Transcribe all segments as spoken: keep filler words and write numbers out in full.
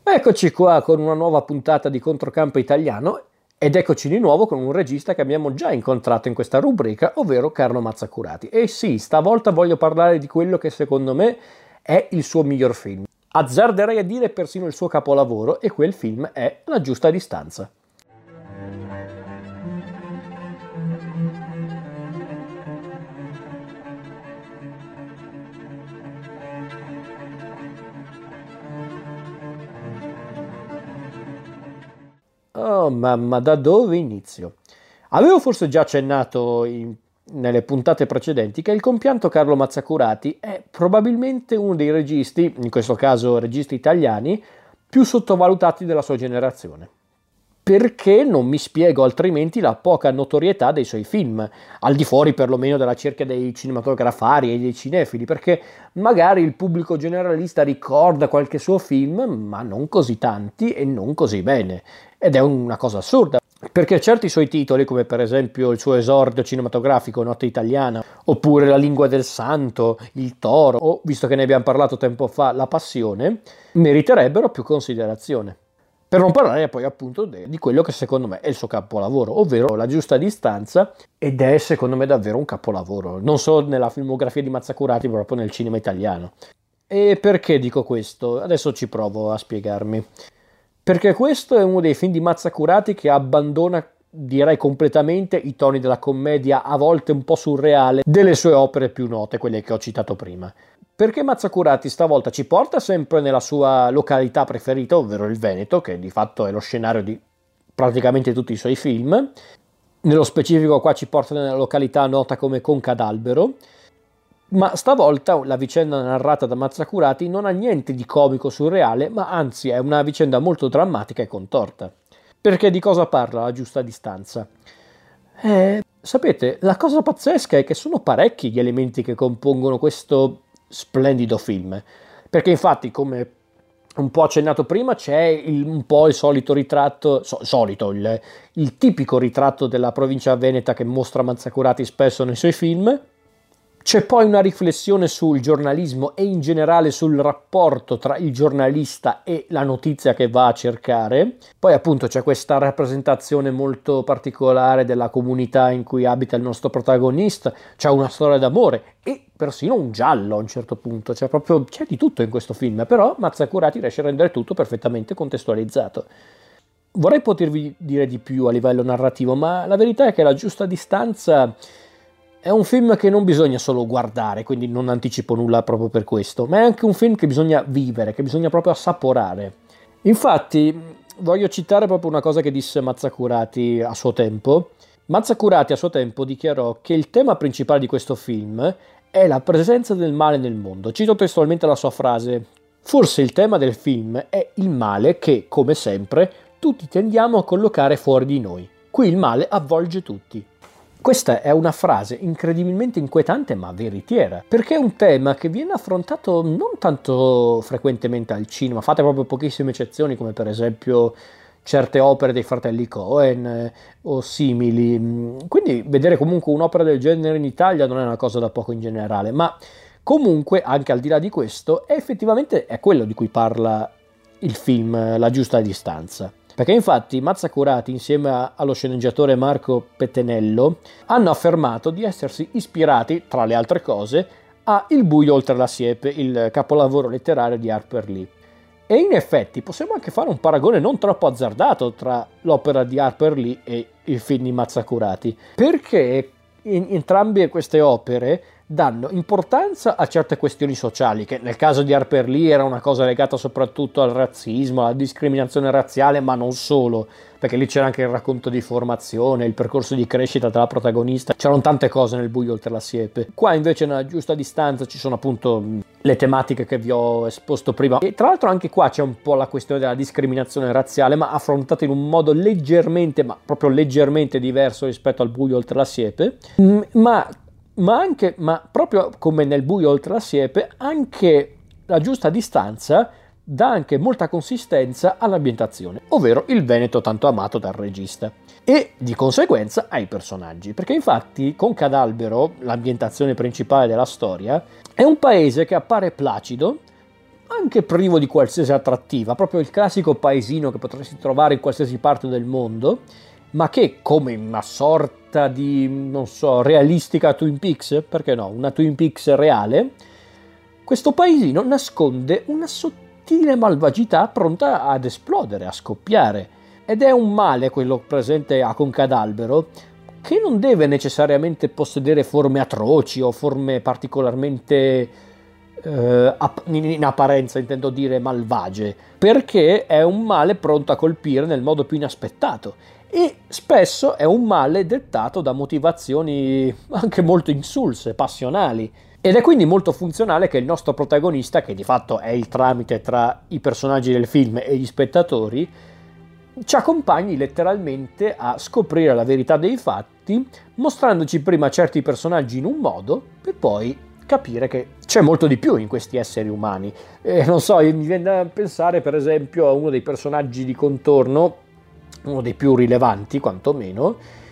Eccoci qua con una nuova puntata di Controcampo Italiano ed eccoci di nuovo con un regista che abbiamo già incontrato in questa rubrica, ovvero Carlo Mazzacurati. E sì, stavolta voglio parlare di quello che secondo me è il suo miglior film. Azzarderei a dire persino il suo capolavoro, e quel film è La giusta distanza. Oh mamma, da dove inizio? Avevo forse già accennato in- nelle puntate precedenti che il compianto Carlo Mazzacurati è probabilmente uno dei registi, in questo caso registi italiani, più sottovalutati della sua generazione. Perché non mi spiego altrimenti la poca notorietà dei suoi film, al di fuori perlomeno della cerchia dei cinematografari e dei cinefili, perché magari il pubblico generalista ricorda qualche suo film, ma non così tanti e non così bene. Ed è una cosa assurda, perché certi suoi titoli, come per esempio il suo esordio cinematografico Notte Italiana, oppure La Lingua del Santo, Il Toro, o, visto che ne abbiamo parlato tempo fa, La Passione, meriterebbero più considerazione. Per non parlare poi appunto de- di quello che secondo me è il suo capolavoro, ovvero La giusta distanza, ed è secondo me davvero un capolavoro, non solo nella filmografia di Mazzacurati, ma proprio nel cinema italiano. E perché dico questo? Adesso ci provo a spiegarmi. Perché questo è uno dei film di Mazzacurati che abbandona, direi completamente, i toni della commedia a volte un po' surreale delle sue opere più note, quelle che ho citato prima. Perché Mazzacurati stavolta ci porta sempre nella sua località preferita, ovvero il Veneto, che di fatto è lo scenario di praticamente tutti i suoi film. Nello specifico qua ci porta nella località nota come Conca d'Albero, ma stavolta la vicenda narrata da Mazzacurati non ha niente di comico surreale, ma anzi è una vicenda molto drammatica e contorta. Perché di cosa parla La giusta distanza? Eh, sapete, la cosa pazzesca è che sono parecchi gli elementi che compongono questo splendido film, perché infatti, come un po' accennato prima, c'è il- un po' il solito ritratto, so- solito, il, il tipico ritratto della provincia veneta che mostra Mazzacurati spesso nei suoi film. C'è poi una riflessione sul giornalismo e in generale sul rapporto tra il giornalista e la notizia che va a cercare. Poi appunto c'è questa rappresentazione molto particolare della comunità in cui abita il nostro protagonista, c'è una storia d'amore e persino un giallo a un certo punto, c'è proprio c'è di tutto in questo film, però Mazzacurati riesce a rendere tutto perfettamente contestualizzato. Vorrei potervi dire di più a livello narrativo, ma la verità è che La giusta distanza è un film che non bisogna solo guardare, quindi non anticipo nulla proprio per questo, ma è anche un film che bisogna vivere, che bisogna proprio assaporare. Infatti, voglio citare proprio una cosa che disse Mazzacurati a suo tempo. Mazzacurati a suo tempo dichiarò che il tema principale di questo film è la presenza del male nel mondo. Cito testualmente la sua frase: forse il tema del film è il male che, come sempre, tutti tendiamo a collocare fuori di noi. Qui il male avvolge tutti. Questa è una frase incredibilmente inquietante ma veritiera, perché è un tema che viene affrontato non tanto frequentemente al cinema, fate proprio pochissime eccezioni, come per esempio certe opere dei fratelli Coen eh, o simili. Quindi vedere comunque un'opera del genere in Italia non è una cosa da poco in generale, ma comunque anche al di là di questo è effettivamente è quello di cui parla il film La giusta distanza. Perché infatti Mazzacurati, insieme a- allo sceneggiatore Marco Pettenello, hanno affermato di essersi ispirati, tra le altre cose, a Il buio oltre la siepe, il capolavoro letterario di Harper Lee. E in effetti possiamo anche fare un paragone non troppo azzardato tra l'opera di Harper Lee e il film di Mazzacurati, perché in- entrambe queste opere danno importanza a certe questioni sociali, che nel caso di Harper Lee era una cosa legata soprattutto al razzismo, alla discriminazione razziale, ma non solo, perché lì c'era anche il racconto di formazione, il percorso di crescita della protagonista, c'erano tante cose nel buio oltre la siepe. Qua invece nella giusta distanza ci sono appunto mh, le tematiche che vi ho esposto prima, e tra l'altro anche qua c'è un po' la questione della discriminazione razziale, ma affrontata in un modo leggermente, ma proprio leggermente diverso rispetto al buio oltre la siepe, mh, ma ma anche, ma proprio come nel buio oltre la siepe, anche La giusta distanza dà anche molta consistenza all'ambientazione, ovvero il Veneto tanto amato dal regista, e di conseguenza ai personaggi, perché infatti Conca d'Albero, l'ambientazione principale della storia, è un paese che appare placido, anche privo di qualsiasi attrattiva, proprio il classico paesino che potresti trovare in qualsiasi parte del mondo, ma che come una sorta di, non so, realistica Twin Peaks, perché no, una Twin Peaks reale, questo paesino nasconde una sottile malvagità pronta ad esplodere, a scoppiare. Ed è un male, quello presente a Conca d'Albero, che non deve necessariamente possedere forme atroci o forme particolarmente, eh, in apparenza intendo dire malvagie, perché è un male pronto a colpire nel modo più inaspettato e spesso è un male dettato da motivazioni anche molto insulse, passionali. Ed è quindi molto funzionale che il nostro protagonista, che di fatto è il tramite tra i personaggi del film e gli spettatori, ci accompagni letteralmente a scoprire la verità dei fatti, mostrandoci prima certi personaggi in un modo, per poi capire che c'è molto di più in questi esseri umani. E non so, mi viene da pensare per esempio a uno dei personaggi di contorno, uno dei più rilevanti quantomeno,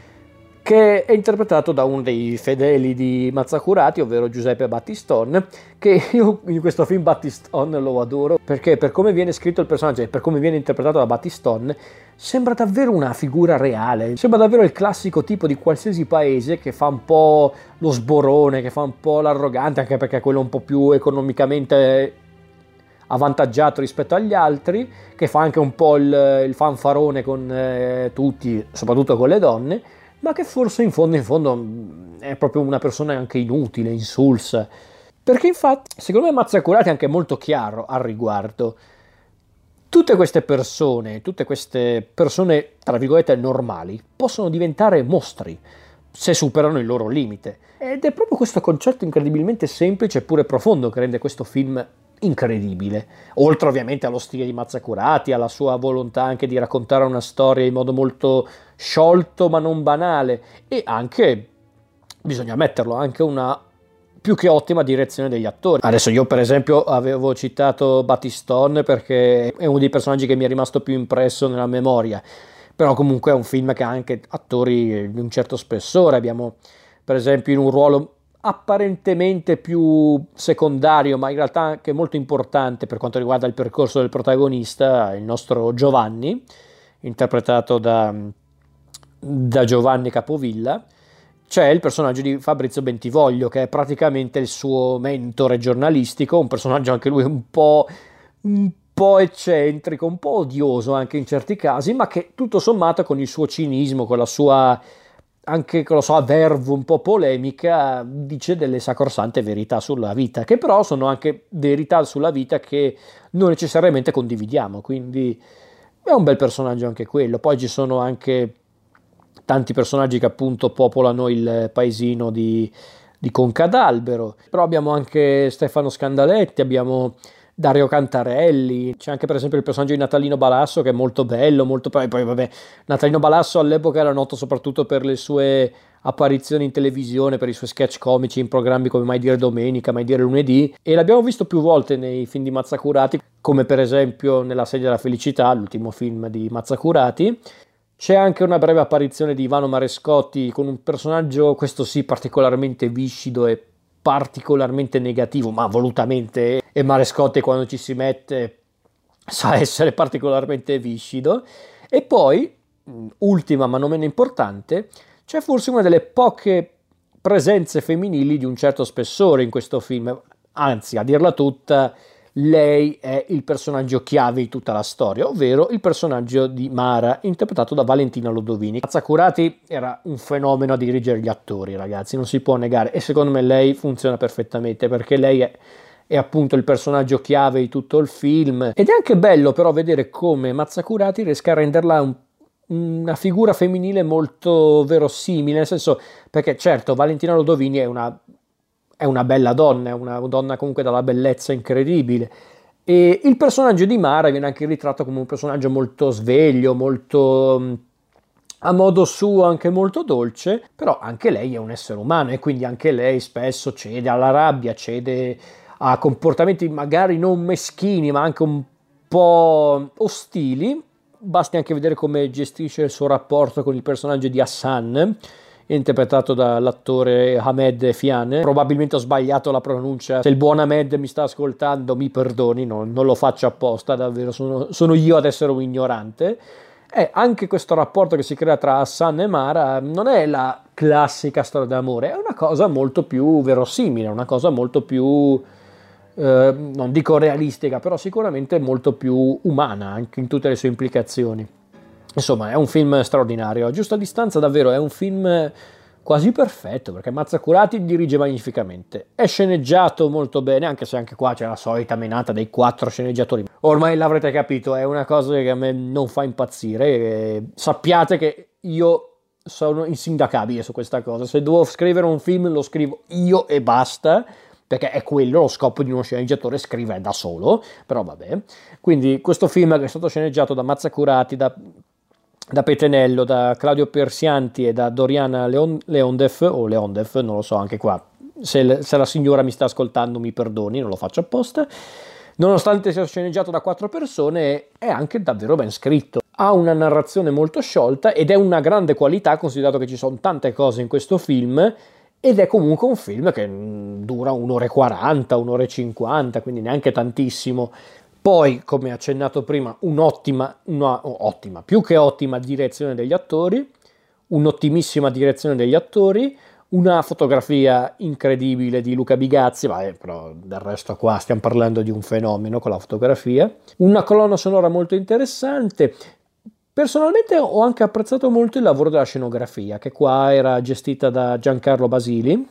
che è interpretato da uno dei fedeli di Mazzacurati, ovvero Giuseppe Battistone, che io in questo film Battistone lo adoro, perché per come viene scritto il personaggio e per come viene interpretato da Battistone, sembra davvero una figura reale, sembra davvero il classico tipo di qualsiasi paese che fa un po' lo sborone, che fa un po' l'arrogante, anche perché è quello un po' più economicamente avvantaggiato rispetto agli altri, che fa anche un po' il, il fanfarone con eh, tutti, soprattutto con le donne, ma che forse in fondo in fondo è proprio una persona anche inutile, insulsa. Perché infatti, secondo me Mazzacurati è anche molto chiaro al riguardo. Tutte queste persone, tutte queste persone, tra virgolette, normali, possono diventare mostri se superano il loro limite. Ed è proprio questo concetto incredibilmente semplice eppure profondo che rende questo film incredibile, oltre ovviamente allo stile di Mazzacurati, alla sua volontà anche di raccontare una storia in modo molto sciolto ma non banale, e anche, bisogna metterlo, anche una più che ottima direzione degli attori. Adesso io per esempio avevo citato Battistone perché è uno dei personaggi che mi è rimasto più impresso nella memoria, però comunque è un film che ha anche attori di un certo spessore. Abbiamo per esempio in un ruolo apparentemente più secondario, ma in realtà anche molto importante per quanto riguarda il percorso del protagonista, il nostro Giovanni, interpretato da, da Giovanni Capovilla. C'è il personaggio di Fabrizio Bentivoglio, che è praticamente il suo mentore giornalistico, un personaggio anche lui un po', un po' eccentrico, un po' odioso anche in certi casi, ma che tutto sommato con il suo cinismo, con la sua anche con la sua verve un po' polemica, dice delle sacrosante verità sulla vita, che però sono anche verità sulla vita che non necessariamente condividiamo, quindi è un bel personaggio anche quello. Poi ci sono anche tanti personaggi che appunto popolano il paesino di, di Conca d'Albero, però abbiamo anche Stefano Scandaletti, abbiamo Dario Cantarelli, c'è anche per esempio il personaggio di Natalino Balasso che è molto bello, molto poi, poi vabbè, Natalino Balasso all'epoca era noto soprattutto per le sue apparizioni in televisione, per i suoi sketch comici in programmi come Mai dire domenica, Mai dire lunedì, e l'abbiamo visto più volte nei film di Mazzacurati, come per esempio nella Sedia della Felicità, l'ultimo film di Mazzacurati. C'è anche una breve apparizione di Ivano Marescotti con un personaggio, questo sì, particolarmente viscido e particolarmente negativo, ma volutamente, e Marescotti quando ci si mette sa essere particolarmente viscido. E poi, ultima ma non meno importante, c'è forse una delle poche presenze femminili di un certo spessore in questo film, anzi, a dirla tutta, lei è il personaggio chiave di tutta la storia, ovvero il personaggio di Mara, interpretato da Valentina Lodovini. Mazzacurati era un fenomeno a dirigere gli attori, ragazzi, non si può negare, e secondo me lei funziona perfettamente, perché lei è, è appunto il personaggio chiave di tutto il film, ed è anche bello però vedere come Mazzacurati riesca a renderla un una figura femminile molto verosimile, nel senso, perché certo Valentina Lodovini è una è una bella donna, è una donna comunque dalla bellezza incredibile, e il personaggio di Mara viene anche ritratto come un personaggio molto sveglio, molto a modo suo anche molto dolce, però anche lei è un essere umano e quindi anche lei spesso cede alla rabbia, cede a comportamenti magari non meschini ma anche un po' ostili. Basti anche vedere come gestisce il suo rapporto con il personaggio di Hassan, interpretato dall'attore Ahmed Fiane. Probabilmente ho sbagliato la pronuncia, se il buon Ahmed mi sta ascoltando mi perdoni, no, non lo faccio apposta, davvero sono, sono io ad essere un ignorante. E anche questo rapporto che si crea tra Hassan e Mara non è la classica storia d'amore, è una cosa molto più verosimile, una cosa molto più, eh, non dico realistica, però sicuramente molto più umana anche in tutte le sue implicazioni. Insomma, è un film straordinario. A giusta distanza, davvero, è un film quasi perfetto, perché Mazzacurati dirige magnificamente. È sceneggiato molto bene, anche se anche qua c'è la solita menata dei quattro sceneggiatori. Ormai l'avrete capito, è una cosa che a me non fa impazzire. E sappiate che io sono insindacabile su questa cosa. Se devo scrivere un film, lo scrivo io e basta, perché è quello lo scopo di uno sceneggiatore, scrivere da solo, però vabbè. Quindi questo film che è stato sceneggiato da Mazzacurati, da da Petenello, da Claudio Persianti e da Doriana Leon, Leondef, o Leondef, non lo so, anche qua, se, se la signora mi sta ascoltando mi perdoni, non lo faccio apposta, nonostante sia sceneggiato da quattro persone, è anche davvero ben scritto. Ha una narrazione molto sciolta ed è una grande qualità, considerato che ci sono tante cose in questo film, ed è comunque un film che dura un'ora e quaranta, un'ora e cinquanta, quindi neanche tantissimo. Poi, come accennato prima, un'ottima, una, ottima, più che ottima direzione degli attori, un'ottimissima direzione degli attori, una fotografia incredibile di Luca Bigazzi, ma però del resto qua stiamo parlando di un fenomeno con la fotografia, una colonna sonora molto interessante. Personalmente ho anche apprezzato molto il lavoro della scenografia, che qua era gestita da Giancarlo Basili.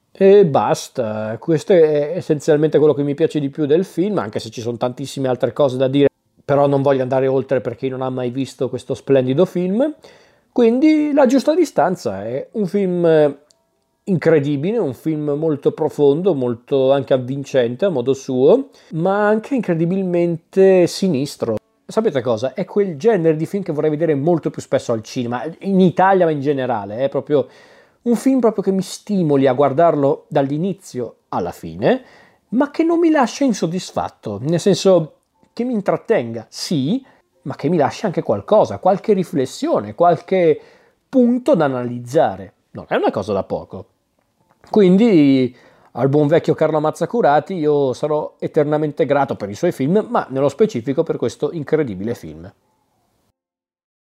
E basta, questo è essenzialmente quello che mi piace di più del film, anche se ci sono tantissime altre cose da dire, però non voglio andare oltre per chi non ha mai visto questo splendido film. Quindi La giusta distanza è un film incredibile, un film molto profondo, molto anche avvincente a modo suo, ma anche incredibilmente sinistro. Sapete cosa? È quel genere di film che vorrei vedere molto più spesso al cinema, in Italia ma in generale, è proprio un film proprio che mi stimoli a guardarlo dall'inizio alla fine, ma che non mi lascia insoddisfatto, nel senso che mi intrattenga, sì, ma che mi lascia anche qualcosa, qualche riflessione, qualche punto da analizzare. Non è una cosa da poco. Quindi al buon vecchio Carlo Mazzacurati io sarò eternamente grato per i suoi film, ma nello specifico per questo incredibile film.